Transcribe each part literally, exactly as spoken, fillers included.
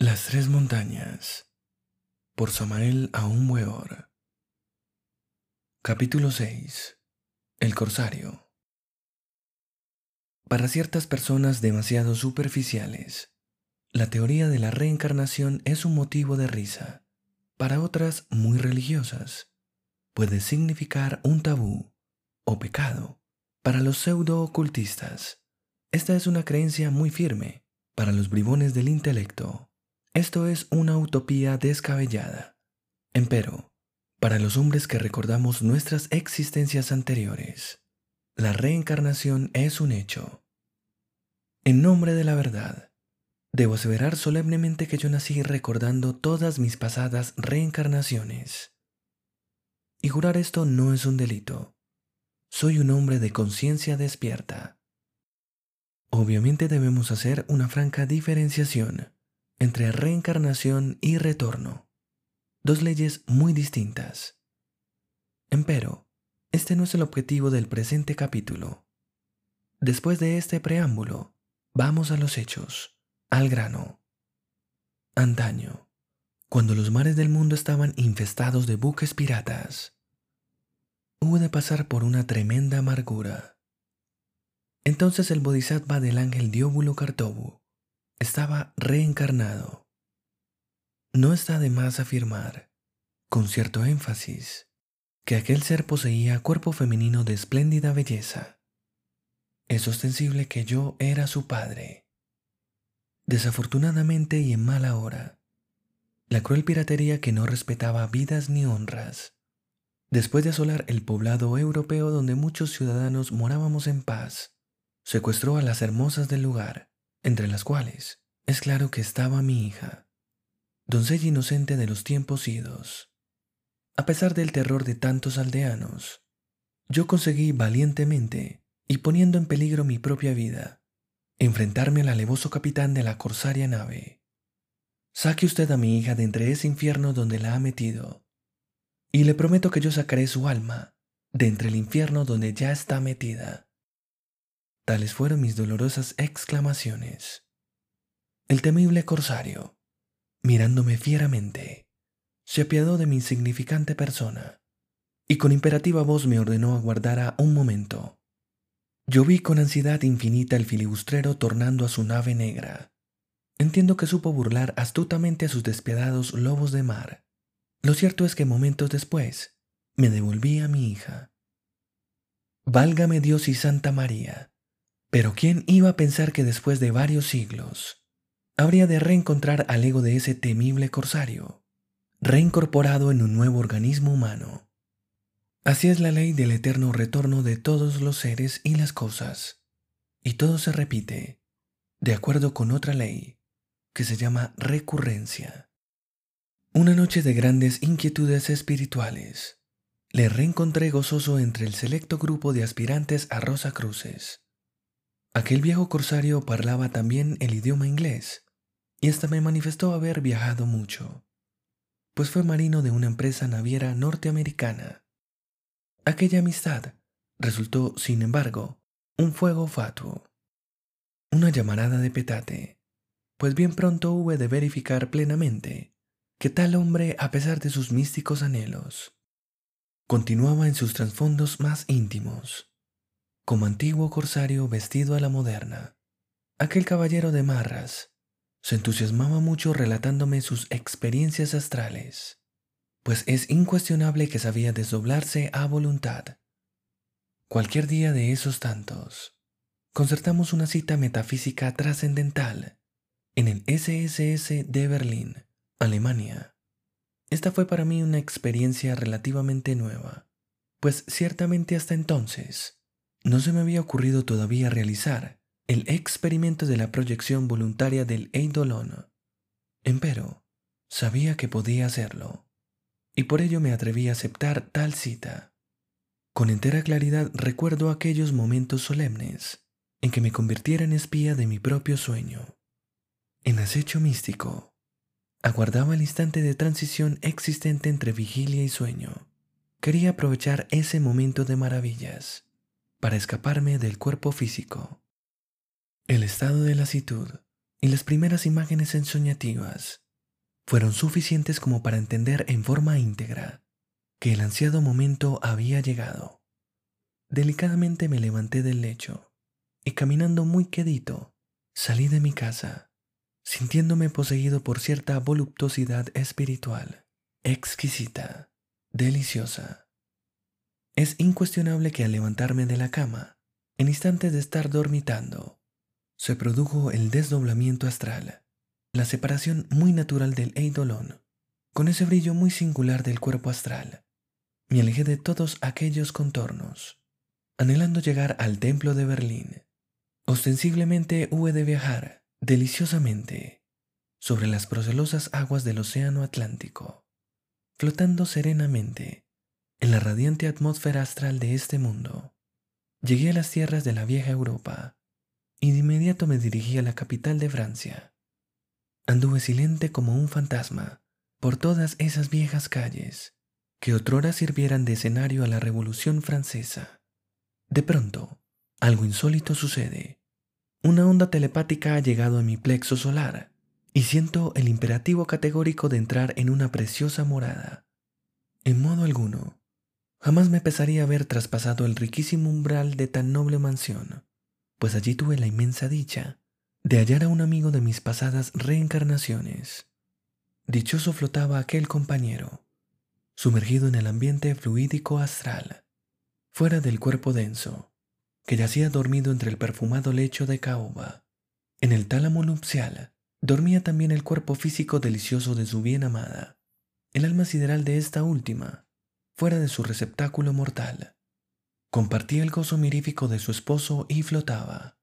Las tres montañas, por Samael Aún Weor. Capítulo seis. El corsario. Para ciertas personas demasiado superficiales, la teoría de la reencarnación es un motivo de risa. Para otras muy religiosas, puede significar un tabú o pecado. Para los pseudo-ocultistas, esta es una creencia muy firme. Para los bribones del intelecto, esto es una utopía descabellada. Empero, para los hombres que recordamos nuestras existencias anteriores, la reencarnación es un hecho. En nombre de la verdad, debo aseverar solemnemente que yo nací recordando todas mis pasadas reencarnaciones. Y jurar esto no es un delito. Soy un hombre de conciencia despierta. Obviamente debemos hacer una franca diferenciación entre reencarnación y retorno, dos leyes muy distintas. Empero, este no es el objetivo del presente capítulo. Después de este preámbulo, vamos a los hechos, al grano. Antaño, cuando los mares del mundo estaban infestados de buques piratas, hubo de pasar por una tremenda amargura. Entonces el bodhisattva del ángel Dióbulo Kartobu estaba reencarnado. No está de más afirmar, con cierto énfasis, que aquel ser poseía cuerpo femenino de espléndida belleza. Es ostensible que yo era su padre. Desafortunadamente y en mala hora, la cruel piratería que no respetaba vidas ni honras, después de asolar el poblado europeo donde muchos ciudadanos morábamos en paz, secuestró a las hermosas del lugar, entre las cuales es claro que estaba mi hija, doncella inocente de los tiempos idos. A pesar del terror de tantos aldeanos, yo conseguí valientemente, y poniendo en peligro mi propia vida, enfrentarme al alevoso capitán de la corsaria nave. Saque usted a mi hija de entre ese infierno donde la ha metido, y le prometo que yo sacaré su alma de entre el infierno donde ya está metida. Tales fueron mis dolorosas exclamaciones. El temible corsario, mirándome fieramente, se apiadó de mi insignificante persona y con imperativa voz me ordenó aguardara un momento. Yo vi con ansiedad infinita el filibustrero tornando a su nave negra. Entiendo que supo burlar astutamente a sus despiadados lobos de mar. Lo cierto es que momentos después me devolví a mi hija. Válgame Dios y Santa María, pero ¿quién iba a pensar que después de varios siglos habría de reencontrar al ego de ese temible corsario, reincorporado en un nuevo organismo humano? Así es la ley del eterno retorno de todos los seres y las cosas, y todo se repite, de acuerdo con otra ley, que se llama recurrencia. Una noche de grandes inquietudes espirituales, le reencontré gozoso entre el selecto grupo de aspirantes a Rosacruces. Aquel viejo corsario parlaba también el idioma inglés, y hasta me manifestó haber viajado mucho, pues fue marino de una empresa naviera norteamericana. Aquella amistad resultó, sin embargo, un fuego fatuo, una llamarada de petate, pues bien pronto hube de verificar plenamente que tal hombre, a pesar de sus místicos anhelos, continuaba en sus trasfondos más íntimos, como antiguo corsario vestido a la moderna. Aquel caballero de marras se entusiasmaba mucho relatándome sus experiencias astrales, pues es incuestionable que sabía desdoblarse a voluntad. Cualquier día de esos tantos, concertamos una cita metafísica trascendental en el S S S de Berlín, Alemania. Esta fue para mí una experiencia relativamente nueva, pues ciertamente hasta entonces no se me había ocurrido todavía realizar el experimento de la proyección voluntaria del Eidolon. Empero, sabía que podía hacerlo, y por ello me atreví a aceptar tal cita. Con entera claridad recuerdo aquellos momentos solemnes en que me convirtiera en espía de mi propio sueño. En acecho místico, aguardaba el instante de transición existente entre vigilia y sueño. Quería aprovechar ese momento de maravillas para escaparme del cuerpo físico. El estado de lasitud y las primeras imágenes ensoñativas fueron suficientes como para entender en forma íntegra que el ansiado momento había llegado. Delicadamente me levanté del lecho y caminando muy quedito salí de mi casa, sintiéndome poseído por cierta voluptuosidad espiritual, exquisita, deliciosa. Es incuestionable que al levantarme de la cama, en instantes de estar dormitando, se produjo el desdoblamiento astral, la separación muy natural del eidolon, con ese brillo muy singular del cuerpo astral. Me alejé de todos aquellos contornos, anhelando llegar al templo de Berlín. Ostensiblemente hube de viajar deliciosamente sobre las procelosas aguas del océano Atlántico, flotando serenamente en la radiante atmósfera astral de este mundo. Llegué a las tierras de la vieja Europa y de inmediato me dirigí a la capital de Francia. Anduve silente como un fantasma por todas esas viejas calles que otrora sirvieran de escenario a la Revolución Francesa. De pronto, algo insólito sucede. Una onda telepática ha llegado a mi plexo solar y siento el imperativo categórico de entrar en una preciosa morada. En modo alguno, jamás me pesaría haber traspasado el riquísimo umbral de tan noble mansión, pues allí tuve la inmensa dicha de hallar a un amigo de mis pasadas reencarnaciones. Dichoso flotaba aquel compañero, sumergido en el ambiente fluídico astral, fuera del cuerpo denso, que yacía dormido entre el perfumado lecho de caoba. En el tálamo nupcial dormía también el cuerpo físico delicioso de su bien amada, el alma sideral de esta última, fuera de su receptáculo mortal. Compartía el gozo mirífico de su esposo y flotaba.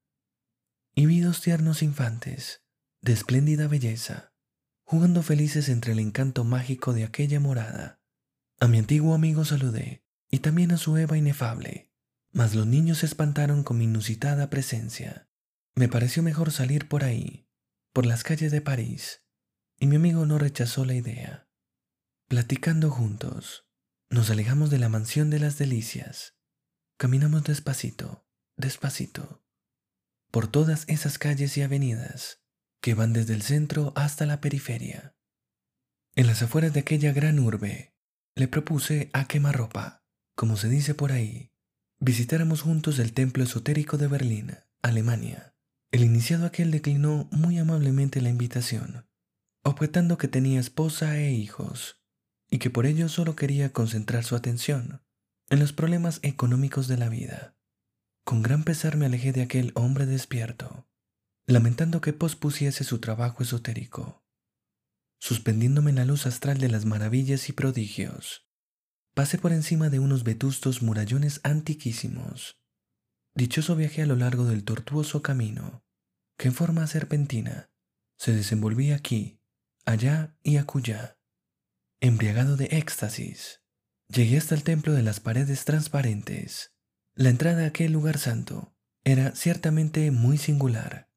Y vi dos tiernos infantes, de espléndida belleza, jugando felices entre el encanto mágico de aquella morada. A mi antiguo amigo saludé, y también a su Eva inefable, mas los niños se espantaron con mi inusitada presencia. Me pareció mejor salir por ahí, por las calles de París, y mi amigo no rechazó la idea. Platicando juntos, nos alejamos de la mansión de las delicias. Caminamos despacito, despacito, por todas esas calles y avenidas que van desde el centro hasta la periferia. En las afueras de aquella gran urbe, le propuse a quemarropa, como se dice por ahí, visitáramos juntos el templo esotérico de Berlín, Alemania. El iniciado aquel declinó muy amablemente la invitación, objetando que tenía esposa e hijos, y que por ello solo quería concentrar su atención en los problemas económicos de la vida. Con gran pesar me alejé de aquel hombre despierto, lamentando que pospusiese su trabajo esotérico. Suspendiéndome en la luz astral de las maravillas y prodigios, pasé por encima de unos vetustos murallones antiquísimos. Dichoso viaje a lo largo del tortuoso camino, que en forma serpentina se desenvolvía aquí, allá y acullá. Embriagado de éxtasis, llegué hasta el templo de las paredes transparentes. La entrada a aquel lugar santo era ciertamente muy singular.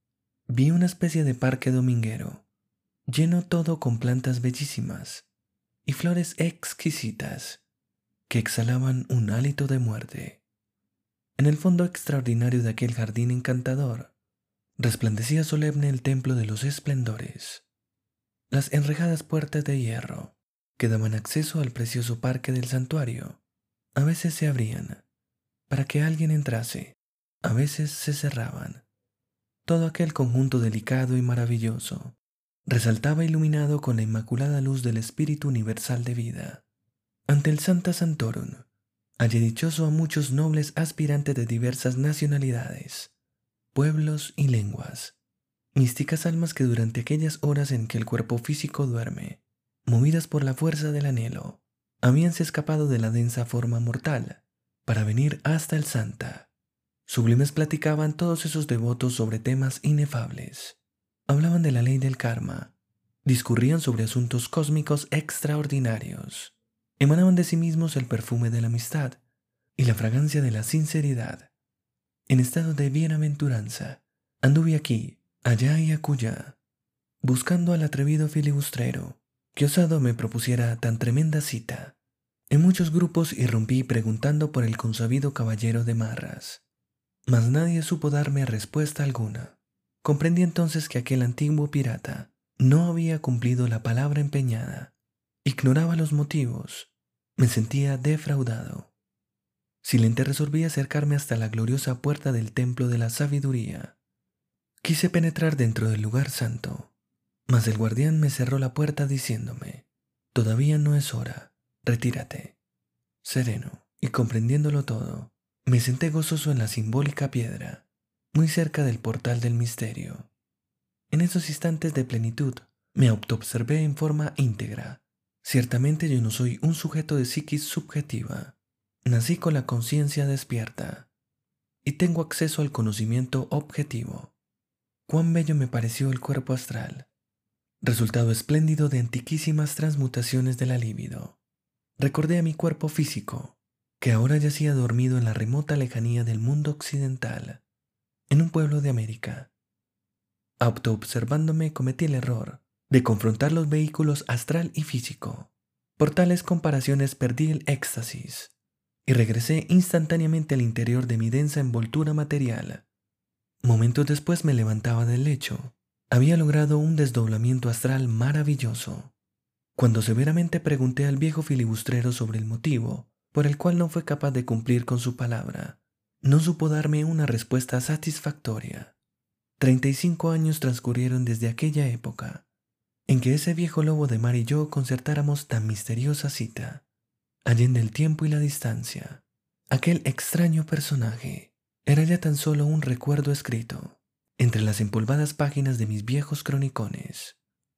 Vi una especie de parque dominguero, lleno todo con plantas bellísimas y flores exquisitas que exhalaban un hálito de muerte. En el fondo extraordinario de aquel jardín encantador, resplandecía solemne el templo de los esplendores. Las enrejadas puertas de hierro que daban acceso al precioso parque del santuario a veces se abrían para que alguien entrase, a veces se cerraban. Todo aquel conjunto delicado y maravilloso resaltaba iluminado con la inmaculada luz del Espíritu Universal de vida. Ante el Sancta Sanctorum hallé dichoso a muchos nobles aspirantes de diversas nacionalidades, pueblos y lenguas, místicas almas que durante aquellas horas en que el cuerpo físico duerme, movidas por la fuerza del anhelo, habíanse escapado de la densa forma mortal para venir hasta el Santa. Sublimes platicaban todos esos devotos sobre temas inefables. Hablaban de la ley del karma, discurrían sobre asuntos cósmicos extraordinarios, emanaban de sí mismos el perfume de la amistad y la fragancia de la sinceridad. En estado de bienaventuranza, anduve aquí, allá y acullá, buscando al atrevido filibustrero que osado me propusiera tan tremenda cita. En muchos grupos irrumpí preguntando por el consabido caballero de Marras, mas nadie supo darme respuesta alguna. Comprendí entonces que aquel antiguo pirata no había cumplido la palabra empeñada. Ignoraba los motivos. Me sentía defraudado. Silente resolví acercarme hasta la gloriosa puerta del templo de la sabiduría. Quise penetrar dentro del lugar santo, mas el guardián me cerró la puerta diciéndome: «Todavía no es hora, retírate». Sereno y comprendiéndolo todo, me senté gozoso en la simbólica piedra, muy cerca del portal del misterio. En esos instantes de plenitud me autoobservé en forma íntegra. Ciertamente yo no soy un sujeto de psiquis subjetiva. Nací con la conciencia despierta y tengo acceso al conocimiento objetivo. Cuán bello me pareció el cuerpo astral, resultado espléndido de antiquísimas transmutaciones de la libido. Recordé a mi cuerpo físico, que ahora yacía dormido en la remota lejanía del mundo occidental, en un pueblo de América. Autoobservándome cometí el error de confrontar los vehículos astral y físico. Por tales comparaciones perdí el éxtasis y regresé instantáneamente al interior de mi densa envoltura material. Momentos después me levantaba del lecho. Había logrado un desdoblamiento astral maravilloso. Cuando severamente pregunté al viejo filibustrero sobre el motivo por el cual no fue capaz de cumplir con su palabra, no supo darme una respuesta satisfactoria. Treinta y cinco años transcurrieron desde aquella época en que ese viejo lobo de mar y yo concertáramos tan misteriosa cita. Allende el tiempo y la distancia, aquel extraño personaje era ya tan solo un recuerdo escrito entre las empolvadas páginas de mis viejos cronicones.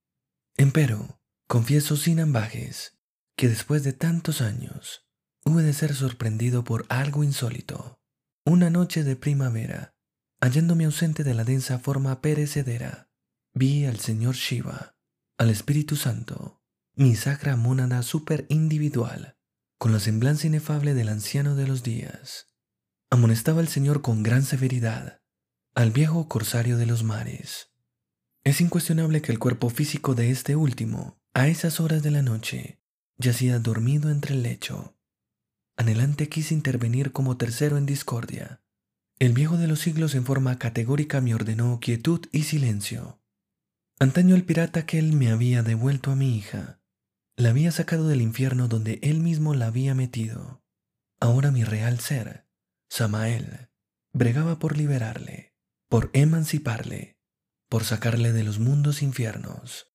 Empero, confieso sin ambajes que después de tantos años hube de ser sorprendido por algo insólito. Una noche de primavera, hallándome ausente de la densa forma perecedera, vi al señor Shiva, al Espíritu Santo, mi sacra mónada superindividual, con la semblanza inefable del anciano de los días. Amonestaba el Señor con gran severidad al viejo corsario de los mares. Es incuestionable que el cuerpo físico de este último, a esas horas de la noche, yacía dormido entre el lecho. Anhelante quise intervenir como tercero en discordia. El viejo de los siglos en forma categórica me ordenó quietud y silencio. Antaño el pirata aquel me había devuelto a mi hija. La había sacado del infierno donde él mismo la había metido. Ahora mi real ser, Samael, bregaba por liberarle, por emanciparle, por sacarle de los mundos infiernos.